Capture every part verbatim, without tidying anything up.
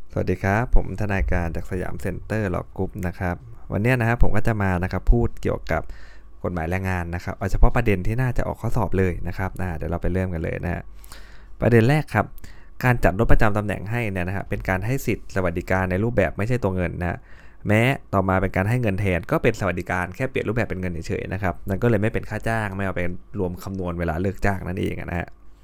สวัสดีครับผมทนายการจากสยามเซ็นเตอร์หลอกกรุ๊ปนะครับวันนี้นะครับผมก็จะมานะครับพูดเกี่ยวกับกฎหมายแรงงานนะครับเอาเฉพาะประเด็นที่น่าจะออกข้อสอบเลยนะครับนะเดี๋ยวเราไปเริ่มกันเลยนะฮะประเด็นแรกครับการจัดรถประจำตำแหน่งให้เนี่ยนะฮะเป็นการให้สิทธิ์สวัสดิการในรูปแบบไม่ใช่ตัวเงินนะแม้ต่อมาเป็นการให้เงินแทนก็เป็นสวัสดิการแค่เปลี่ยนรูปแบบเป็นเงินเฉยๆนะครับนั่นก็เลยไม่เป็นค่าจ้างไม่เอาไปรวมคำนวณเวลาเลิกจ้างนั่นเองนะฮะ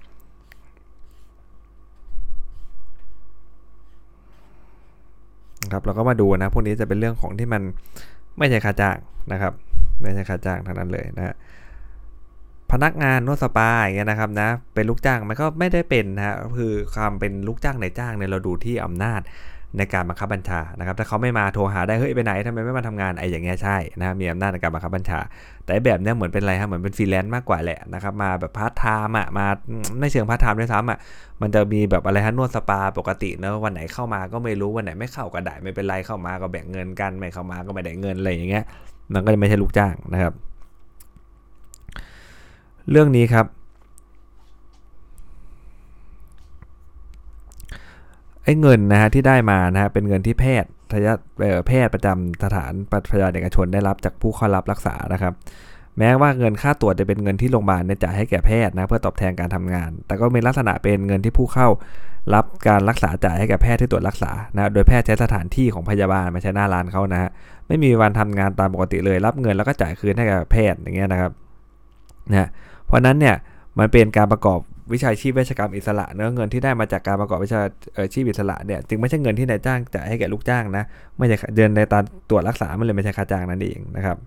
ครับเราก็มาดูนะพวกนี้จะเป็นเรื่องของที่มันไม่ใช่ค่าจ้างนะครับไม่ใช่ค่าจ้างทั้งนั้นเลยนะพนักงานนวดสปาอย่างเงี้ยนะครับนะเป็นลูกจ้างมันก็ไม่ได้เป็นนะฮะคือความเป็นลูกจ้างในจ้างเนี่ยเราดูที่อำนาจในการบังคับบัญชานะครับถ้าเขาไม่มาโทรหาได้เฮ้ยไปไหนทำไมไม่มาทำงานไอ้อย่างเงี้ยใช่นะมีอำนาจในการบังคับบัญชาแต่แบบเนี้ยเหมือนเป็นอะไรฮะเหมือนเป็นฟรีแลนซ์มากกว่าแหละนะครับมาแบบพาร์ทไทม์อ่ะมาไม่เชิงพาร์ทไทม์ด้วยซ้ำอ่ะมันจะมีแบบอะไรฮะนวดสปาปกติเนอะวันไหนเข้ามาก็ไม่รู้วันไหนไม่เข้าก็ได้ไม่เป็นไรเข้ามาก็แบ่งเงินกันไม่เข้ามาก็ไม่ได้เงินอะไรอย่างเงี้ยมันก็จะไม่ใช่ลูกจ้างนะครับเรื่องนี้ครับไอ้เงินนะฮะที่ได้มานะฮะเป็นเงินที่แพทย์ทยแพทย์ประจำสถานพยาบาลเอกชนได้รับจากผู้เข้ารับรักษานะครับแม้ว่าเงินค่าตรวจจะเป็นเงินที่โรงพยาบาลเนี่ยจ่ายให้แก่แพทย์นะเพื่อตอบแทนการทำงานแต่ก็มีลักษณะเป็นเงินที่ผู้เข้ารับการรักษาจ่ายให้แก่แพทย์ที่ตรวจรักษานะโดยแพทย์ใช้สถานที่ของพยาบาลไม่ใช่หน้าร้านเขานะฮะไม่มีวันทำงานตามปกติเลยรับเงินแล้วก็จ่ายคืนให้แก่แพทย์อย่างเงี้ยนะครับนะเพราะนั้นเนี่ยมันเป็นการประกอบวิชาชีพเวชกรรมอิสระเนื้อเงินที่ได้มาจากการประกอบวิชาชีพอิสระเนี่ยจึงไม่ใช่เงินที่นายจ้างจ่ายให้แก่ลูกจ้างนะไม่ใช่เดือนในตารตรวจรักษามันเลยไม่ใช่ค่าจ้างนั่นเองนะครับ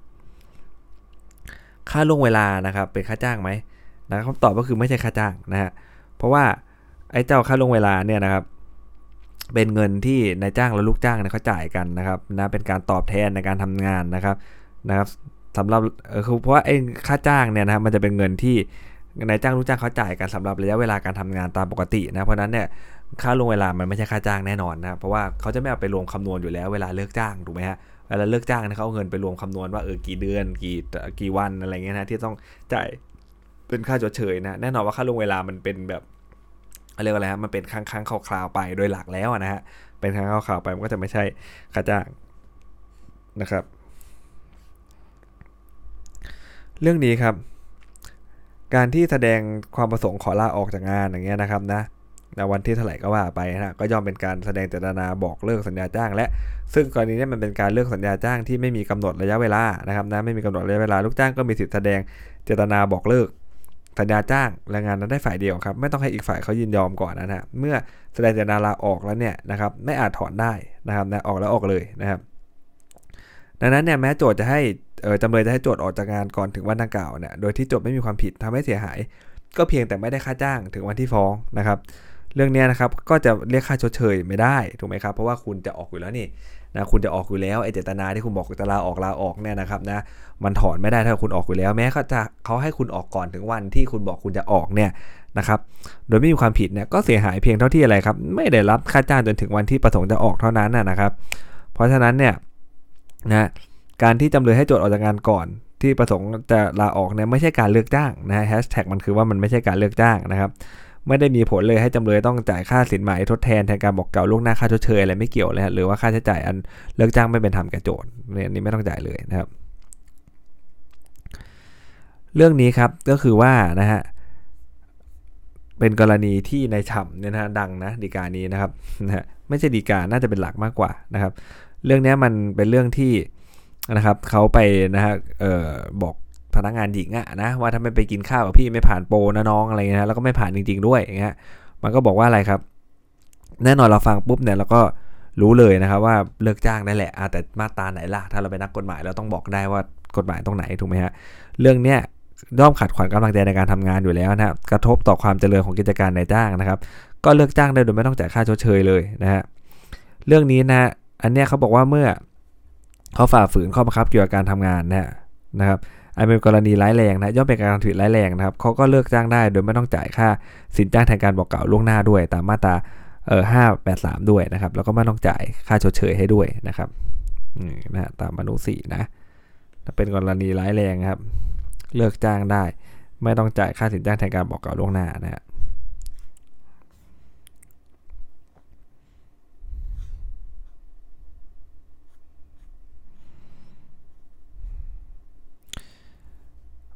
ค่าล่วงเวลานะครับเป็นค่าจ้างไหมนะคำตอบก็คือไม่ใช่ค่าจ้างนะฮะเพราะว่าไอ้เจ้าค่าล่วงเวลาเนี่ยนะครับเป็นเงินที่นายจ้างและลูกจ้างเนี่ยเขาจ่ายกันนะครับนะเป็นการตอบแทนในการทำงานนะครับนะครับสำหรับคือเพราะว่าไอ้ค่าจ้างเนี่ยนะมันจะเป็นเงินที่นายจ้างลูกจ้างเขาจ่ายกันสำหรับระยะเวลาการทำงานตามปกตินะเพราะนั้นเนี่ยค่าล่วงเวลามันไม่ใช่ค่าจ้างแน่นอนนะเพราะว่าเขาจะไม่เอาไปรวมคำนวณอยู่แล้วเวลาเลิกจ้างถูกไหมฮะเวลาเลิกจ้างเนี่ยเขาเอาเงินไปรวมคำนวณว่าเออกี่เดือนกี่กี่วันอะไรเงี้ยนะที่ต้องจ่ายเป็นค่าชดเชยนะแน่นอนว่าค่าล่วงเวลามันเป็นแบบเรียกว่าอะไรฮะมันเป็นครั้งครั้งคราวๆไปโดยหลักแล้วนะฮะเป็นครั้งคราวๆไปมันก็จะไม่ใช่ค่าจ้างนะครับเรื่องนี้ครับการที่แสดงความประสงค์ขอลาออกจากงานอย่างเงี้ยนะครับนะในวันที่เท่าไหร่ก็ว่าไปนะก็ย่อมเป็นการแสดงเจตนาบอกเลิกสัญญาจ้างและซึ่งกรณีนี้มันเป็นการเลิกสัญญาจ้างที่ไม่มีกำหนดระยะเวลานะครับนะไม่มีกำหนดระยะเวลาลูกจ้างก็มีสิทธิแสดงเจตนาบอกเลิกสัญญาจ้างแรงงานนั้นได้ฝ่ายเดียวครับไม่ต้องให้อีกฝ่ายเขายินยอมก่อนนะฮะเมื่อแสดงเจตนาลาออกแล้วเนี่ยนะครับไม่อาจถอนได้นะครับนะออกแล้วออกเลยนะครับดังนั้นเนี่ยแม้โจทย์จะให้จำเลยจะให้โจทย์ออกจากงานก่อนถึงวันดังกล่าวเนี่ยโดยที่โจทย์ไม่มีความผิดทำให้เสียหายก็เพียงแต่ไม่ได้ค่าจ้างถึงวันที่ฟ้องนะครับเรื่องนี้นะครับก็จะเรียกค่าชดเชยไม่ได้ถูกไหมครับเพราะว่าคุณจะออกอยู่แล้วนี่นะคุณจะออกอยู่แล้วไอ้เจตนาที่คุณบอกจะลาออกลาออกเนี่ยนะครับนะมันถอนไม่ได้ถ้าคุณออกอยู่แล้วแม้เขาจะเขาให้คุณออกก่อนถึงวันที่คุณบอกคุณจะออกเนี่ยนะครับโดยไม่มีความผิดเนี่ยก็เสียหายเพียงเท่าที่อะไรครับไม่ได้รับค่าจ้างจนถึงวันที่ประสงค์จะออกเท่านั้นนะครับเพราะฉะนั้นเนี่ยนะการที่จำเลยให้โจทย์ออกจากงานก่อนที่ประสงค์จะลาออกเนี่ยไม่ใช่การเลือกจ้างนะแฮชแท็กมันคือว่ามันไม่ใช่การเลือกจ้างนะครับไม่ได้มีผลเลยให้จำเลยต้องจ่ายค่าสินไหมทดแทนแทนการบอกกล่าวล่วงหน้าค่าชดเชยอะไรไม่เกี่ยวเลยหรือว่าค่าใช้จ่ายอันเลิกจ้างไม่เป็นธรรมแก่โจทย์เนี่ยนี้ไม่ต้องจ่ายเลยนะครับเรื่องนี้ครับก็คือว่านะฮะเป็นกรณีที่ในฉ่ำเนี่ยนะดังนะฎีกานี้นะครับนะฮะไม่ใช่ฎีกาน่าจะเป็นหลักมากกว่านะครับเรื่องนี้มันเป็นเรื่องที่นะครับเขาไปนะฮะเอ่อบอกพนักงานหญิงอะนะว่าถ้าไม่ไปกินข้าวกับพี่ไม่ผ่านโปรนะน้องอะไรเงี้ยแล้วก็ไม่ผ่านจริงๆด้วยอย่างเงี้ยมันก็บอกว่าอะไรครับแน่นอนเราฟังปุ๊บเนี่ยเราก็รู้เลยนะครับว่าเลิกจ้างได้แหละแต่มาตราไหนล่ะถ้าเราเป็นนักกฎหมายเราต้องบอกได้ว่ากฎหมายตรงไหนถูกไหมฮะเรื่องเนี้ยย่อมขัดขวางกำลังใจในการทำงานอยู่แล้วนะครับกระทบต่อความเจริญของกิจการนายจ้างนะครับก็เลิกจ้างได้โดยไม่ต้องจ่ายค่าชดเชยเลยนะฮะเรื่องนี้นะอันเนี้ยเขาบอกว่าเมื่อเขาฝ่าฝืนข้อบังคับเกี่ยวกับการทำงานนะนะครับอันเป็นกรณีร้ายแรงนะย่อมเป็นการกระทำผิดร้ายแรงนะครับเขาก็เลิกจ้างได้โดยไม่ต้องจ่ายค่าสินจ้างแทนการบอกกล่าวล่วงหน้าด้วยตามมาตราเอ่อห้าแปดสามด้วยนะครับแล้วก็ไม่ต้องจ่ายค่าชดเชยให้ด้วยนะครับนี่นะตามอนุสี่นะเป็นกรณีร้ายแรงครับเลิกจ้างได้ไม่ต้องจ่ายค่าสินจ้างแทนการบอกกล่าวล่วงหน้านะฮะ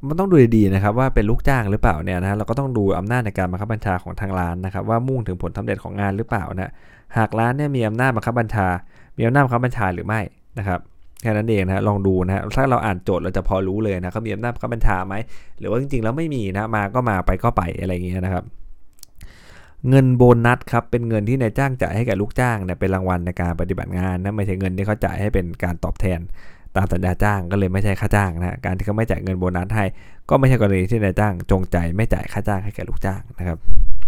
มันต้องดูดีๆนะครับว่าเป็นลูกจ้างหรือเปล่าเนี่ยนะเราก็ต้องดูอำนาจในการบังคับบัญชาของทางร้านนะครับว่ามุ่งถึงผลสำเร็จของงานหรือเปล่านะหากร้านเนี่ยมีอำนาจบังคับบัญชามีอำนาจบังคับบัญชาหรือไม่นะครับแค่นั้นเองนะลองดูนะถ้าเราอ่านโจทย์เราจะพอรู้เลยนะเขามีอำนาจบังคับบัญชาไหมหรือว่าจริงๆแล้วไม่มีนะมาก็มาไปก็ไปอะไรอย่างเงี้ยนะครับเงินโบนัสครับเป็นเงินที่นายจ้างจ่ายให้กับลูกจ้างเนี่ยเป็นรางวัลในการปฏิบัติงานนะไม่ใช่เงินที่เขาจ่ายให้เป็นการตอบแทนตามสัญญาจ้างก็เลยไม่ใช่ค่าจ้างนะการที่เขาไม่จ่ายเงินโบนัสให้ก็ไม่ใช่กรณีที่นายจ้างจงใจไม่จ่ายค่าจ้างให้แก่ลูกจ้างนะครับ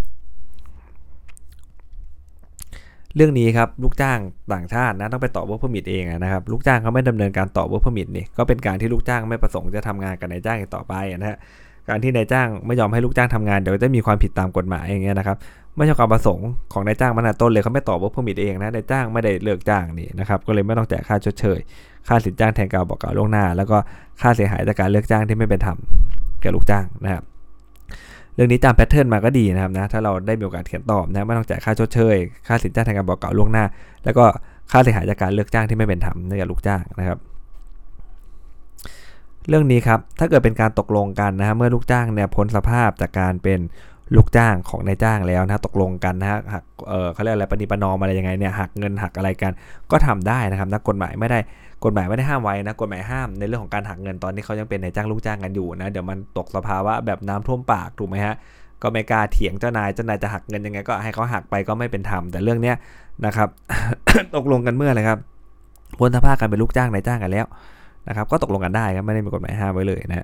เรื่องนี้ครับลูกจ้างต่างชาตินะต้องไปต่อ work permit เองนะครับลูกจ้างเขาไม่ดำเนินการต่อ work permit นี่ก็เป็นการที่ลูกจ้างไม่ประสงค์จะทำงานกับนายจ้างต่อไปนะฮะการที่นายจ้างไม่ยอมให้ลูกจ้างทำงานเดี๋ยวจะมีความผิดตามกฎหมายอย่างเงี้ยนะครับไม่ใช่ความประสงค์ของนายจ้างมาตั้งแต่ต้นเลยเขาไม่ต่อ work permit เองนะนายจ้างไม่ได้เลิกจ้างนี่นะครับก็เลยไม่ต้องจ่ายค่าชดเชยค่าสินจ้างแทนการบอกกล่าวล่วงหน้าแล้วก็ค่าเสียหายจากการเลิกจ้างที่ไม่เป็นธรรมแก่ลูกจ้างนะครับเรื่องนี้จำแพทเทิร์นมาก็ดีนะครับนะถ้าเราได้มีโอกาสเขียนตอบนะไม่ต้องจ่ายค่าชดเชยค่าสินจ้างแทนการบอกกล่าวล่วงหน้าแล้วก็ค่าเสียหายจากการเลิกจ้างที่ไม่เป็นธรรมให้กับลูกจ้างนะครับเรื่องนี้ครับถ้าเกิดเป็นการตกลงกันนะฮะเมื่อลูกจ้างเนี่ยพ้นสภาพจากการเป็นลูกจ้างของนายจ้างแล้วนะตกลงกันนะฮะหักเออเขาเรียกอะไรปณิประนอมอะไรยังไงเนี่ยหักเงินหักอะไรกันก็ทำได้นะครับนะกฎหมายไม่ได้กฎหมายไม่ได้ห้ามไว้นะกฎหมายห้ามในเรื่องของการหักเงินตอนที่เขายังเป็นนายจ้างลูกจ้างกันอยู่นะเดี๋ยวมันตกสภาวะแบบน้ำท่วมปากถูกไหมฮะก็ไม่กล้าเถียงเจ้านายเจ้านายจะหักเงินยังไงก็ให้เขาหักไปก็ไม่เป็นธรรมแต่เรื่องเนี้ยนะครับ ตกลงกันเมื่อไรครับพ้นสภาพกันเป็นลูกจ้างนายจ้างกันแล้วนะครับก็ตกลงกันได้ครับไม่ได้มีกฎหมายห้ามไว้เลยนะ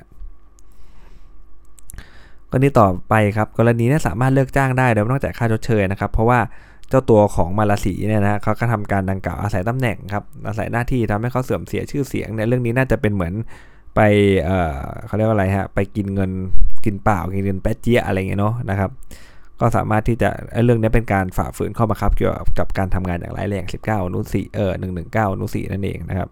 กรณีต่อไปครับกรณีนี้สามารถเลิกจ้างได้โดยไม่ต้องจ่ายค่าชดเชยนะครับเพราะว่าเจ้าตัวของมาลาสีเนี่ยนะเขาก็ทำการดังกล่าวอาศัยตำแหน่งครับอาศัยหน้าที่ทำให้เขาเสื่อมเสียชื่อเสียงเนี่ยเรื่องนี้น่าจะเป็นเหมือนไปเอ่อเขาเรียกว่าอะไรฮะไปกินเงินกินเปล่ากินเงินแป๊ะเจี๊ยอะไรเงี้ยเนาะนะครับก็สามารถที่จะเรื่องนี้เป็นการฝ่าฝืนข้อบังคับเกี่ยวกับการทำงานอย่างร้ายแรงสิบเก้าอนุสี่เออหนึ่งหนึ่งเก้าอนุสี่นั่นเองนะครับ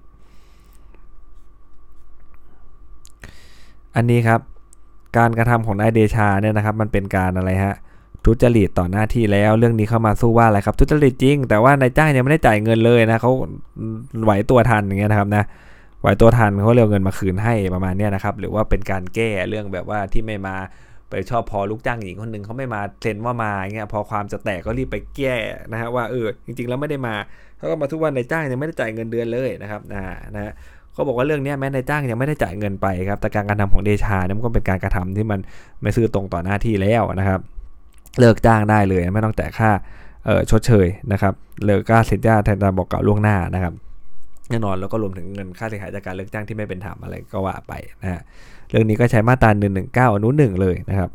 อันนี้ครับการกระทำของนายเดชาเนี่ยนะครับมันเป็นการอะไรฮะทุจริตต่อหน้าที่แล้วเรื่องนี้เข้ามาสู้ว่าอะไรครับทุจริตจริงแต่ว่านายจ้างยังไม่ได้จ่ายเงินเลยนะเขาไหวตัวทันอย่างเงี้ยนะครับนะไหวตัวทันเขาเรียกเงินมาคืนให้ประมาณนี้นะครับหรือว่าเป็นการแก้เรื่องแบบว่าที่ไม่มาไปชอบพอลูกจ้างหญิงคนนึงเขาไม่มาเซ็นว่ามาอย่างเงี้ยพอความจะแตกก็รีบไปแก้นะฮะว่าเออจริงๆแล้วไม่ได้มาเขาก็มาทุกวันนายจ้างยังไม่ได้จ่ายเงินเดือนเลยนะครับนะนะเขาบอกว่าเรื่องนี้แม้นายจ้างยังไม่ได้จ่ายเงินไปครับแต่การกระทำของเดชาเนี่ยมันก็เป็นการกระทำที่มันไม่ซื่อตรงต่อหน้าที่แล้วนะครับเลิกจ้างได้เลยไม่ต้องจ่ายค่าเอ่อชดเชยนะครับเลิกค่าสินจ้างแทนการบอกกล่าวล่วงหน้านะครับแน่นอนแล้วก็รวมถึงเงินค่าเสียหายจากการเลิกจ้างที่ไม่เป็นธรรมอะไรก็ว่าไปนะฮะเรื่องนี้ก็ใช้มาตราหนึ่งหนึ่งเก้าอนุหนึ่งเลยนะครับ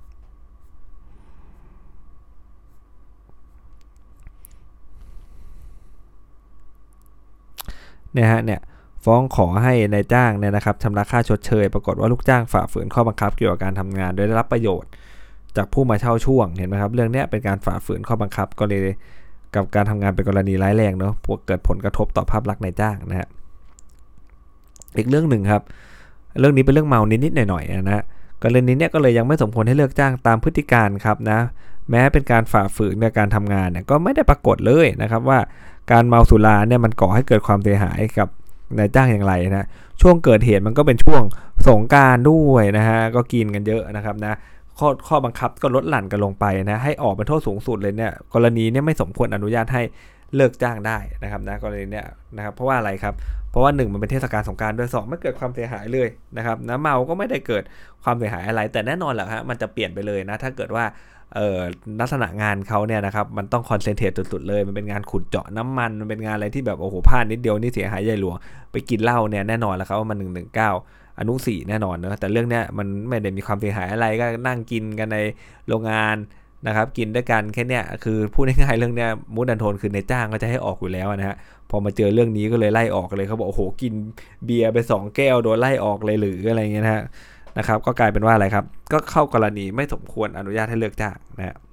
เนี่ยฮะเนี่ยฟ้องขอให้นายจ้างเนี่ยนะครับชำระค่าชดเชยปรากฏว่าลูกจ้างฝ่าฝืนข้อบังคับเกี่ยวกับการทำงานโดยได้รับประโยชน์จากผู้มาเช่าช่วงเห็นไหมครับเรื่องนี้เป็นการฝ่าฝืนข้อบังคับก็เลยกับการทำงานเป็นกรณีร้ายแรงเนาะเกิดผลกระทบต่อภาพลักษณ์นายจ้างนะฮะอีกเรื่องหนึ่งครับเรื่องนี้เป็นเรื่องเมานิดๆหน่อยๆนะกรณีนี้ก็เลยยังไม่สมควรให้เลิกจ้างตามพฤติการครับนะแม้เป็นการฝ่าฝืนในการทำงานเนี่ยก็ไม่ได้ปรากฏเลยนะครับว่าการเมาสุราเนี่ยมันก่อให้เกิดความเสียหายกับนายจ้างอย่างไรนะช่วงเกิดเหตุมันก็เป็นช่วงสงกรานต์ด้วยนะฮะก็กินกันเยอะนะครับนะข้อข้อบังคับก็ลดหลั่นกันลงไปนะให้ออกเป็นโทษสูงสุดเลยเนี่ยกรณีนี้ไม่สมควรอนุญาตให้เลิกจ้างได้นะครับนะกรณีเนี้ยนะครับเพราะว่าอะไรครับเพราะว่าหนึ่งมันเป็นเทศกาลสงกรานต์ด้วยสองไม่เกิดความเสียหายเลยนะครับนะเมาก็ไม่ได้เกิดความเสียหายอะไรแต่แน่นอนแหละฮะมันจะเปลี่ยนไปเลยนะถ้าเกิดว่าเอ่อลักษณะงานเขาเนี่ยนะครับมันต้องคอนเซนเทรตสุดๆเลยมันเป็นงานขุดเจาะน้ำมันมันเป็นงานอะไรที่แบบโอ้โหพลาดนิดเดียวนี่เสียหายใหญ่หลวงไปกินเหล้าเนี่ยแน่นอนแล้วครับว่ามันหนึ่งหนึ่งเก้าอนุสี่แน่นอนเนอะแต่เรื่องเนี้ยมันไม่ได้มีความเสียหายอะไรก็นั่งกินกันในโรงงานนะครับกินด้วยกันแค่เนี้ยคือพูดง่ายๆเรื่องเนี้ยมูดดันโทนคือในจ้างก็จะให้ออกอยู่แล้วนะฮะพอมาเจอเรื่องนี้ก็เลยไล่ออกเลยเขาบอกโอ้โหกินเบียร์ไปสองแก้วโดนไล่ออกเลยหรืออะไรเงี้ยนะฮะนะครับก็กลายเป็นว่าอะไรครับก็เข้ากรณีไม่สมควรอนุญาตให้เลิกจ้างนะฮะ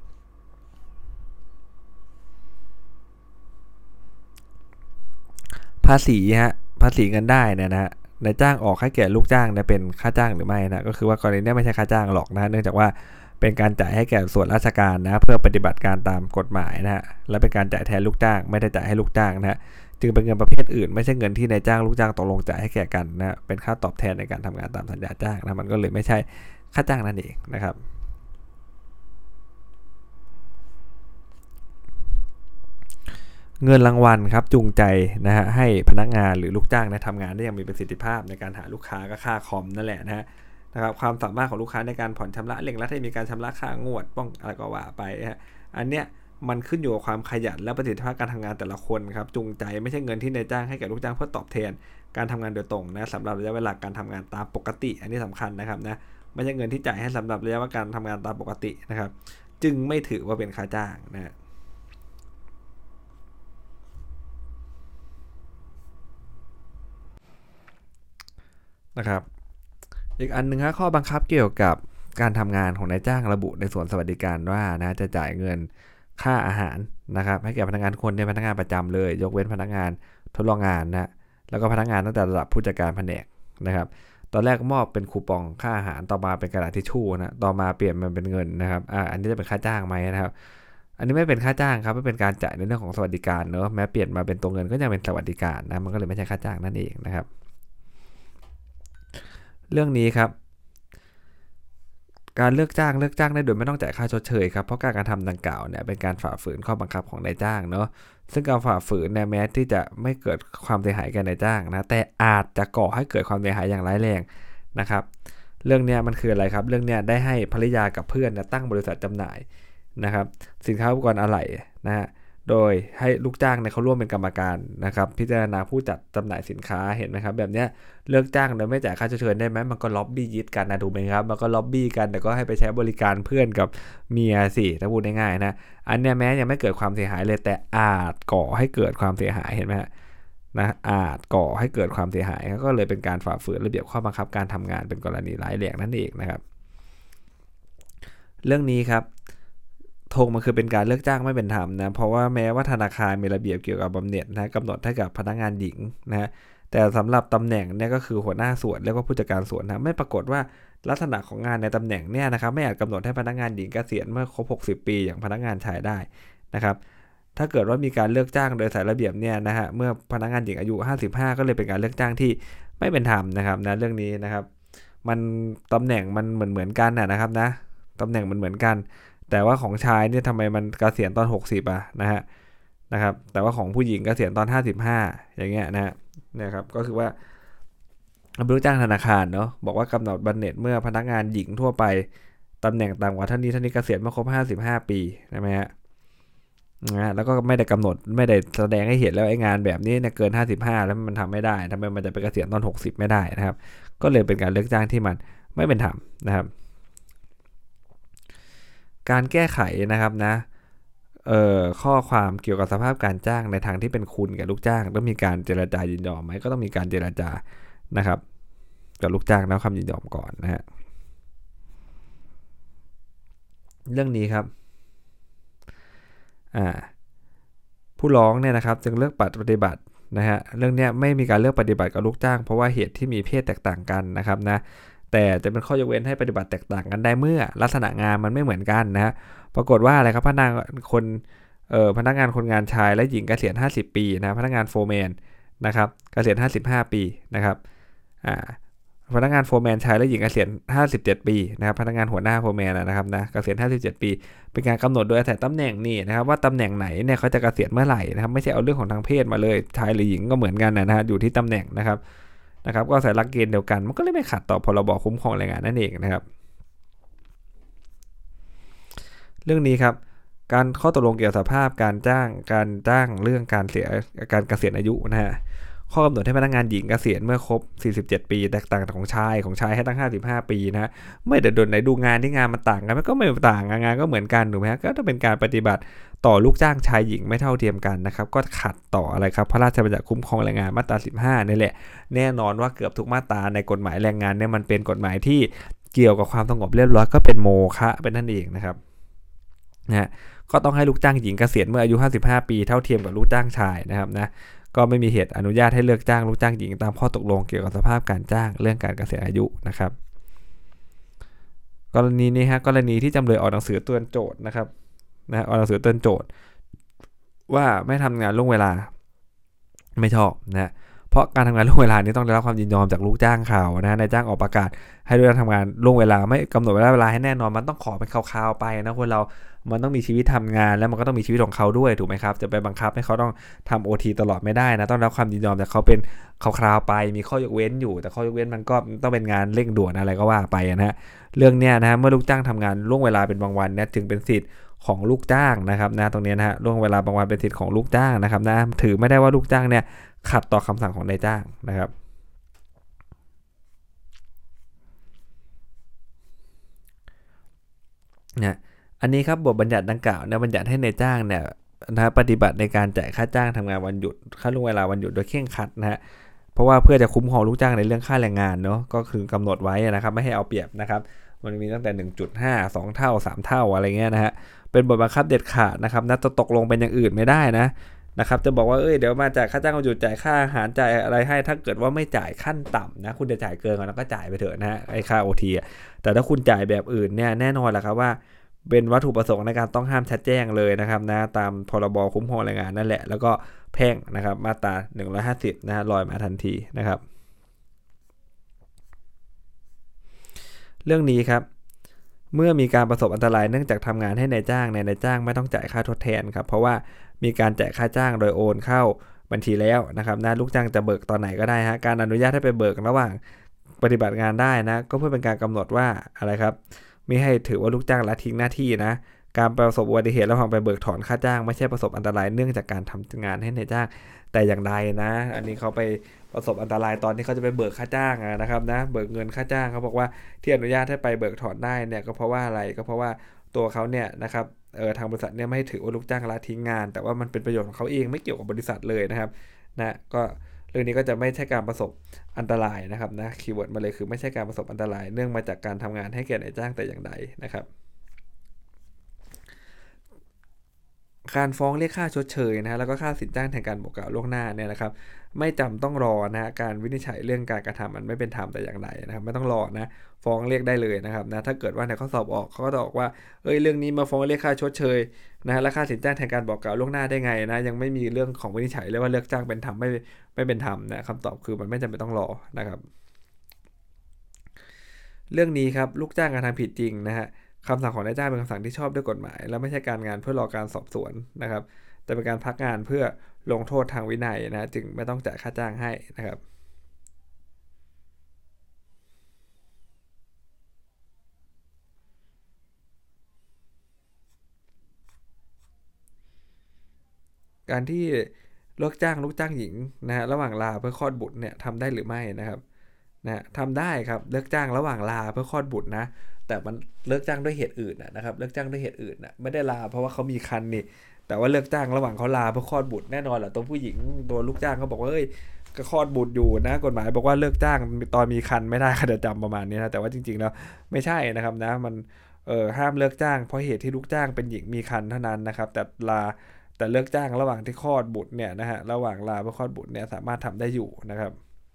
ภาษีฮะภาษีเงินได้เนี่ยนะฮะนายจ้างออกให้แก่ลูกจ้างเนี่ยเป็นค่าจ้างหรือไม่นะก็คือว่ากรณีนี้ไม่ใช่ค่าจ้างหรอกนะเนื่องจากว่าเป็นการจ่ายให้แก่ส่วนราชการนะเพื่อปฏิบัติการตามกฎหมายนะฮะและเป็นการจ่ายแทนลูกจ้างไม่ได้จ่ายให้ลูกจ้างนะฮะจึงเป็นเงินประเภทอื่นไม่ใช่เงินที่นายจ้างลูกจ้างตกลงจ่ายให้แก่กันนะเป็นค่าตอบแทนในการทำงานตามสัญญาจ้างนะมันก็เลยไม่ใช่ค่าจ้างนั่นเองนะครับเงินรางวัลครับจูงใจนะฮะให้พนักงานหรือลูกจ้างนะทำงานได้อย่างมีประสิทธิภาพในการหาลูกค้าก็ค่าคอมนั่นแหละนะฮะนะครับความสามารถของลูกค้าในการผ่อนชำระเร่งรัดให้มีการชำระค่างวดป้องอะไรก็ว่าไปฮะอันเนี้ยมันขึ้นอยู่กับความขยันและประสิทธิภาพการทำงานแต่ละคนครับจูงใจไม่ใช่เงินที่นายจ้างให้แก่ลูกจ้างเพื่อตอบแทนการทำงานโดยตรงนะสำหรับระยะเวลาการทำงานตามปกติอันนี้สำคัญนะครับนะไม่ใช่เงินที่จ่ายให้สำหรับระยะเวลาการทำงานตามปกตินะครับจึงไม่ถือว่าเป็นค่าจ้างนะนะครับอีกอันนึงครับข้อบังคับเกี่ยวกับการทำงานของนายจ้างระบุในส่วนสวัสดิการว่านะจะจ่ายเงินค่าอาหารนะครับให้แก่พนักงานคนในพนักงานประจำเลยยกเว้นพนักงานทดลองงานนะแล้วก็พนักงานตั้งแต่ระดับผู้จัดการแผนกนะครับตอนแรกมอบเป็นคูปองค่าอาหารต่อมาเป็นกระดาษทิชชู่นะต่อมาเปลี่ยนมันเป็นเงินนะครับอ่าอันนี้จะเป็นค่าจ้างไหมนะครับอันนี้ไม่เป็นค่าจ้างครับไม่เป็นการจ่ายในเรื่องของสวัสดิการเนอะแม้เปลี่ยนมาเป็นตัวเงินก็ยังเป็นสวัสดิการนะมันก็เลยไม่ใช่ค่าจ้างนั่นเองนะครับเรื่องนี้ครับการเลิกจ้างเลิกจ้างได้โดยไม่ต้องจ่ายค่าชดเชยครับเพราะการกระทำดังกล่าวเนี่ยเป็นการฝ่าฝืนข้อบังคับของนายจ้างเนาะซึ่งการฝ่าฝืนเนี่ยแม้ที่จะไม่เกิดความเสียหายแก่นายจ้างนะแต่อาจจะก่อให้เกิดความเสียหายอย่างร้ายแรงนะครับเรื่องนี้มันคืออะไรครับเรื่องนี้ได้ให้ภริยากับเพื่อนตั้งบริษัทจำหน่ายนะครับสินค้าอุปกรณ์อะไหล่นะฮะโดยให้ลูกจ้างเนี่ยเขาร่วมเป็นกรรมการนะครับพิจารณาผู้จัดจำหน่ายสินค้าเห็นไหมครับแบบนี้เลิกจ้างโดยไม่จ่ายค่าชดเชยได้ไหมมันก็ล็อบบี้ยึดกันนะถูกไหมครับมันก็ล็อบบี้กันแต่ก็ให้ไปใช้บริการเพื่อนกับเมียสิถ้าพูดง่ายๆนะอันนี้แม้ยังไม่เกิดความเสียหายเลยแต่อาจก่อให้เกิดความเสียหายเห็นไหมนะอาจก่อให้เกิดความเสียหายก็เลยเป็นการฝ่าฝืนระเบียบข้อบังคับการทำงานเป็นกรณีร้ายแรงนั่นเองนะครับเรื่องนี้ครับธงมันคือเป็นการเลิกจ้างไม่เป็นธรรมนะเพราะว่าแม้ว่าธนาคารมีระเบียบเกี่ยวกับบำเหน็จนะกำหนดให้กับพนักงานหญิงนะแต่สำหรับตำแหน่งเนี่ยก็คือหัวหน้าส่วนเรียกว่าผู้จัดการส่วนนะไม่ปรากฏว่าลักษณะของงานในตำแหน่งเนี่ยนะครับไม่อาจกำหนดให้พนักงานหญิงเกษียณเมื่อครบหกสิบปีอย่างพนักงานชายได้นะครับถ้าเกิดว่ามีการเลิกจ้างโดยสายระเบียบเนี่ยนะฮะเมื่อพนักงานหญิงอายุห้าสิบห้าก็เลยเป็นการเลิกจ้างที่ไม่เป็นธรรมนะครับนะเรื่องนี้นะครับมันตำแหน่งมันเหมือนเหมือนกันนะครับนะตำแหน่งมันเหมือนกันแต่ว่าของชายเนี่ยทำไมมันเกษียณตอนหกสิบอ่ะนะฮะนะครับแต่ว่าของผู้หญิงเกษียณตอนห้าสิบห้าอย่างเงี้ยนะฮะนะครับก็คือว่าลูกจ้างธนาคารเนาะบอกว่ากำหนดบำเหน็จเมื่อพนักงานหญิงทั่วไปตำแหน่งต่ำกว่าเท่านี้เท่านี้เกษียณเมื่อครบห้าสิบห้าปีใช่ไหมฮะนะแล้วก็ไม่ได้กำหนดไม่ได้แสดงให้เห็นแล้วไอ้งานแบบนี้เนี่ยเกินห้าสิบห้าแล้วมันทำไม่ได้ทำไมมันจะไปเกษียณตอนหกสิบไม่ได้นะครับก็เลยเป็นการเลิกจ้างที่มันไม่เป็นธรรมนะครับการแก้ไขนะครับนะเอ่อข้อความเกี่ยวกับสภาพการจ้างในทางที่เป็นคุณกับลูกจ้างต้องมีการเจรจายินยอมไหมก็ต้องมีการเจรจานะครับกับลูกจ้างแล้วคำยินยอมก่อนนะฮะเรื่องนี้ครับอ่าผู้ร้องเนี่ยนะครับจึงเลือกปฏิบัตินะฮะเรื่องนี้ไม่มีการเลือกปฏิบัติกับลูกจ้างเพราะว่าเหตุที่มีเพศแตกต่างกันนะครับนะแต่จะเป็นข้อยกเว้นให้ปฏิบัติแตกต่างกันได้เมื่อลักษณะงานมันไม่เหมือนกันนะฮะปรากฏว่าอะไรครับพนักงานคนเอ่อพนักงานคนงานชายและหญิงเกษียณห้าสิบปีนะพนักงานโฟร์แมนนะครับเกษียณห้าสิบห้าปีนะครับอ่าพนักงานโฟร์แมนชายและหญิงเกษียณห้าสิบเจ็ดปีนะครับพนักงานหัวหน้าโฟร์แมนนะครับนะเกษียณห้าสิบเจ็ดปีเป็นการกำหนดโดยอาศัยตำแหน่งนี่นะครับว่าตำแหน่งไหนเนี่ยเขาจะเกษียณเมื่อไหร่นะครับไม่ใช่เอาเรื่องของทางเพศมาเลยชายหรือหญิงก็เหมือนกันนะฮะอยู่ที่ตำแหน่งนะครับนะครับก็ใส่หลักเกณฑ์เดียวกันมันก็เลยไม่ขัดต่อพรบคุ้มครองแรงงานนั่นเองนะครับเรื่องนี้ครับการข้อตกลงเกี่ยวกับสภาพการจ้างการจ้างเรื่องการเสียการเกษียณอายุนะฮะข้อกำหนดให้พนักงานหญิงเกษียณเมื่อครบสี่สิบเจ็ดปีแตกต่างจากของชายของชายให้ตั้งห้าสิบห้าปีนะไม่แต่โดนไหนดูงานที่งานมันต่างกันมันก็ไม่ต่างงานก็เหมือนกันถูกไหมก็ต้องเป็นการปฏิบัติต่อลูกจ้างชายหญิงไม่เท่าเทียมกันนะครับก็ขัดต่ออะไรครับพระราชบัญญัติคุ้มครองแรงงานมาตราสิบห้านี่แหละแน่นอนว่าเกือบทุกมาตราในกฎหมายแรงงานเนี่ยมันเป็นกฎหมายที่เกี่ยวกับความสงบเรียบร้อยก็เป็นโมฆะเป็นนั่นเองนะครับนะก็ต้องให้ลูกจ้างหญิงเกษียณเมื่ออายุห้าสิบห้าปีเท่าเทียมกับลูกจ้างชายนะครับนะก็ไม่มีเหตุอนุญาตให้เลิกจ้างลูกจ้างหญิงตามข้อตกลงเกี่ยวกับสภาพการจ้างเรื่องการเกษียณอายุนะครับกรณีนี้ฮะกรณีที่จำเลยออกหนังสือเตือนโจทย์นะครับนะออกหนังสือเตือนโจทย์ว่าไม่ทำงานล่วงเวลาไม่ชอบนะเพราะการทำงานล่วงเวลานี้ต้องได้รับความยินยอมจากลูกจ้างเขานะนายจ้างออกประกาศให้ลูกจ้างทำงานล่วงเวลาไม่กำหนดเวลาเวลาให้แน่นอนมันต้องขอเป็นคร่าวๆไปนะคนเรามันต้องมีชีวิตทำงานแล้วมันก็ต้องมีชีวิตของเขาด้วยถูกไหมครับจะไปบังคับให้เขาต้องทำ โอ ที ตลอดไม่ได้นะต้องรับความยินยอมจากเขาเป็นคร่าวๆไปมีข้อยกเว้นอยู่แต่ข้อยกเว้นมันก็ต้องเป็นงานเร่งด่วนอะไรก็ว่าไปนะฮะเรื่องเนี้ยนะฮะเมื่อลูกจ้างทำงานล่วงเวลาเป็นบางวันเนี่ยจึงเป็นสิทธิ์ของลูกจ้างนะครับนะตรงนี้นะฮะล่วงเวลาบางวันเป็นสิทธิ์ของลูกจ้างนะครับนะถือไม่ได้ว่าลูกจ้างเนี่ยขัดต่อคำสั่งของนายจ้างนะครับนะอันนี้ครับบทบัญญัติดังกล่าวเนี่ยบัญญัติให้นายจ้างเนี่ยนะปฏิบัติในการจ่ายค่าจ้างทำงานวันหยุดค่าล่วงเวลาวันหยุดโดยเคร่งครัดนะฮะเพราะว่าเพื่อจะคุ้มครองลูกจ้างในเรื่องค่าแรงงานเนาะก็คือกำหนดไว้นะครับไม่ให้เอาเปรียบนะครับมันมีตั้งแต่ หนึ่งจุดห้า สองเท่าสามเท่าอะไรเงี้ยนะฮะเป็นบทบังคับเด็ดขาดนะครับนะจะตกลงเป็นอย่างอื่นไม่ได้นะนะครับจะบอกว่าเอ้ยเดี๋ยวมาจ่ายค่าจ้างวันหยุดจ่ายค่าอาหารจ่ายอะไรให้ถ้าเกิดว่าไม่จ่ายขั้นต่ำนะคุณจะจ่ายเกินกันแล้วก็จ่ายไปเถอะนะฮะไอ้ค่า โอ ที อ่ะแต่ถ้าคุณจ่ายแบบอื่นเนี่ยแน่นอนแหละครับว่าเป็นวัตถุประสงค์ในการต้องห้ามชัดแจ้งเลยนะครับนะตามพรบคุ้มครองแรงงานนั่นแหละแล้วก็แพ่งนะครับมาตราหนึ่งร้อยห้าสิบนะลอยมาทันทีนะครับเรื่องนี้ครับเมื่อมีการประสบอันตรายเนื่องจากทำงานให้นายจ้างนายจ้างไม่ต้องจ่ายค่าทดแทนครับเพราะว่ามีการจ่ายค่าจ้างโดยโอนเข้าบัญชีแล้วนะครับนะลูกจ้างจะเบิกตอนไหนก็ได้ฮะการอนุญาตให้ไปเบิกระหว่างปฏิบัติงานได้นะก็เพื่อเป็นการกำหนดว่าอะไรครับไม่ให้ถือว่าลูกจ้างละทิ้งหน้าที่นะการประสบอุบัติเหตุระหว่างไปเบิกถอนค่าจ้างไม่ใช่ประสบอันตรายเนื่องจากการทำงานให้นายจ้างแต่อย่างใดนะอันนี้เขาไปประสบอันตรายตอนที่เขาจะไปเบิกค่าจ้างนะครับนะเบิกเงินค่าจ้างเขาบอกว่าที่อนุญาตให้ไปเบิกถอนได้เนี่ยก็เพราะว่าอะไรก็เพราะว่าตัวเขาเนี่ยนะครับเออทางบริษัทเนี่ยไม่ถือว่าลูกจ้างละทิ้งงานแต่ว่ามันเป็นประโยชน์ของเขาเองไม่เกี่ยวกับบริษัทเลยนะครับนะก็เรื่องนี้ก็จะไม่ใช่การประสบอันตรายนะครับนะคีย์เวิร์ดมาเลยคือไม่ใช่การประสบอันตรายเนื่องมาจากการทำงานให้แก่นายจ้างแต่อย่างใดนะครับการฟ้องเรียกค่าชดเชยนะฮะแล้วก็ค่าสินจ้างแทนการบอกกล่าวล่วงหน้าเนี่ยนะครับไม่จำต้องรอนะฮะการวินิจฉัยเรื่องการกระทำมันไม่เป็นธรรมแต่อย่างใดนะครับไม่ต้องรอนะฟ้องเรียกได้เลยนะครับนะถ้าเกิดว่าในข้อสอบออกเขาก็จะบอกว่าเอ้ยเรื่องนี้มาฟ้องเรียกค่าชดเชยนะฮะและค่าสินจ้างแทนการบอกกล่าวล่วงหน้าได้ไงนะยังไม่มีเรื่องของวินิจฉัยเลยว่าเลือกจ้างเป็นธรรมไม่ไม่เป็นธรรมนะคำตอบคือมันไม่จำเป็นต้องรอนะครับเรื่องนี้ครับลูกจ้างกระทำผิดจริงนะฮะคำสั่งของนายจ้างเป็นคำสั่งที่ชอบด้วยกฎหมายและไม่ใช่การงานเพื่อรอการสอบสวนนะครับแต่เป็นการพักงานเพื่อลงโทษทางวินัยนะจึงไม่ต้องจ่ายค่าจ้างให้นะครับการที่เลิกจ้างลูกจ้างหญิงนะฮะระหว่างลาเพื่อคลอดบุตรเนี่ยทำได้หรือไม่นะครับนะทำได้ครับเลิกจ้างระหว่างลาเพื่อคลอดบุตรนะแต่มันเลิกจ้างด้วยเหตุอื่นนะครับเลิกจ้างด้วยเหตุอื่นนะไม่ได้ลาเพราะว่าเขามีครรภ์นี่แต่ว่าเลิกจ้างระหว่างเขาลาเพื่อคลอดบุตรแน่นอนแหละตัวผู้หญิงตัวลูกจ้างเขาบอกว่าเอ้ยก็คลอดบุตรอยู่นะกฎหมายบอกว่าเลิกจ้างตอนมีครรภ์ไม่ได้ค่ะจะจำประมาณนี้นะแต่ว่าจริงๆแล้วไม่ใช่นะครับนะมันเออห้ามเลิกจ้างเพราะเหตุที่ลูกจ้างเป็นหญิงมีครรภ์เท่านั้นนะครับแต่ลาแต่เลิกจ้างระหว่างที่คลอดบุตรเนี่ยนะฮะระหว่างลาเพื่อคลอดบุตรเนี่ยสามารถทำได้อยู่นะครับ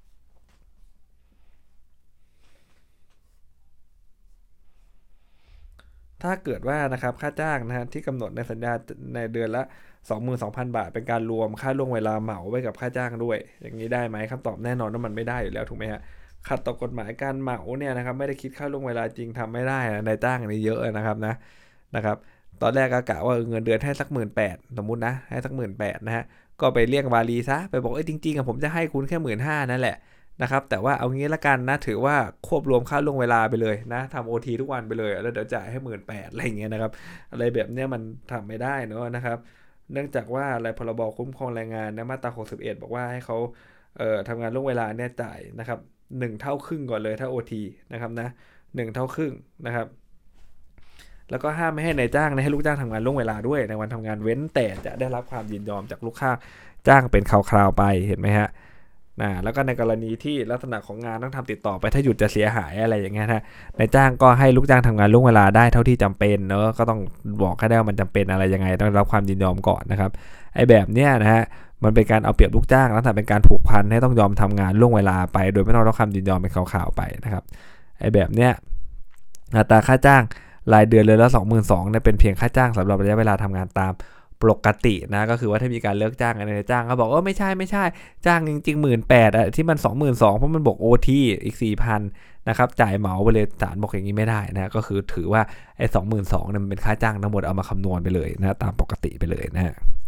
ถ้าเกิดว่านะครับค่าจ้างนะฮะที่กำหนดในสัญญาในเดือนละสองหมื่นสองพัน บาทเป็นการรวมค่าล่วงเวลาเหมาไว้กับค่าจ้างด้วยอย่างนี้ได้ไหมคำตอบแน่นอนว่ามันไม่ได้อยู่แล้วถูกไหมฮะขัดต่อกฎหมายการเหมาเนี่ยนะครับไม่ได้คิดค่าล่วงเวลาจริงทำไม่ได้นะนายจ้างนี่เยอะนะครับนะนะครับตอนแรกก็กะว่าเงินเดือนให้สักหมื่นแปดสมมุตินะให้สักหมื่นแปดนะฮะก็ไปเรียกวารีซะไปบอกเอ้ยจริงๆอะผมจะให้คุณแค่หมื่นห้านั่นแหละนะครับแต่ว่าเอางี้ละกันนะถือว่าควบรวมค่าล่วงเวลาไปเลยนะทำโอทีทุกวันไปเลยแล้วเดี๋ยวจ่ายให้หมื่นแปดอะไรอย่างเงี้ยนะครับอะไรแบบเนี้ยมันทำไม่ได้เนอะนะครับเนื่องจากว่าอะไรพรบคุ้มครองแรงงานนะมาตราหกสิบเอ็ดบอกว่าให้เขาเอ่อทำงานล่วงเวลาเนี่ยจ่ายนะครับหนึ่งเท่าครึ่งก่อนเลยถ้า โอ ที นะครับนะหนึ่งเท่าครึ่งนะครับแล้วก็ห้ามไม่ให้นายจ้างให้ลูกจ้างทำงานล่วงเวลาด้วยในวันทำงานเว้นแต่จะได้รับความยินยอมจากลูกค้าจ้างเป็นคราวๆไปเห็นไหมฮะนะแล้วก็ในกรณีที่ลักษณะของงานต้องทำติดต่อไปถ้าหยุดจะเสียหายอะไรอย่างเงี้ยนะนายจ้างก็ให้ลูกจ้างทำงานล่วงเวลาได้เท่าที่จำเป็นเนอะก็ต้องบอกให้ได้ว่ามันจำเป็นอะไรยังไงต้องรับความยินยอมก่อนนะครับไอ้แบบเนี้ยนะฮะมันเป็นการเอาเปรียบลูกจ้างแล้วแต่เป็นการผูกพันให้ต้องยอมทำงานล่วงเวลาไปโดยไม่ต้องรับความยินยอมเป็นข่าวๆไปนะครับไอ้แบบเนี้ยอัตราค่าจ้างรายเดือนเลยละสองหมื่นสองเนี่ยเป็นเพียงค่าจ้างสำหรับระยะเวลาทำงานตามปกตินะก็คือว่าถ้ามีการเลิกจ้างกันในจ้างก็บอกว่าไม่ใช่ไม่ใช่จ้างจริงๆหมื่นแปดอ่ะที่มันสองหมื่นสองเพราะมันบวกโอทีอีกสี่พันนะครับจ่ายเหมาไปเลยศาลบอกอย่างนี้ไม่ได้นะก็คือถือว่าไอ้สองหมื่นสองเนี่ยมันเป็นค่าจ้างทั้งหมดเอามาคำนวณไปเลยนะตามปกติไปเลยนะ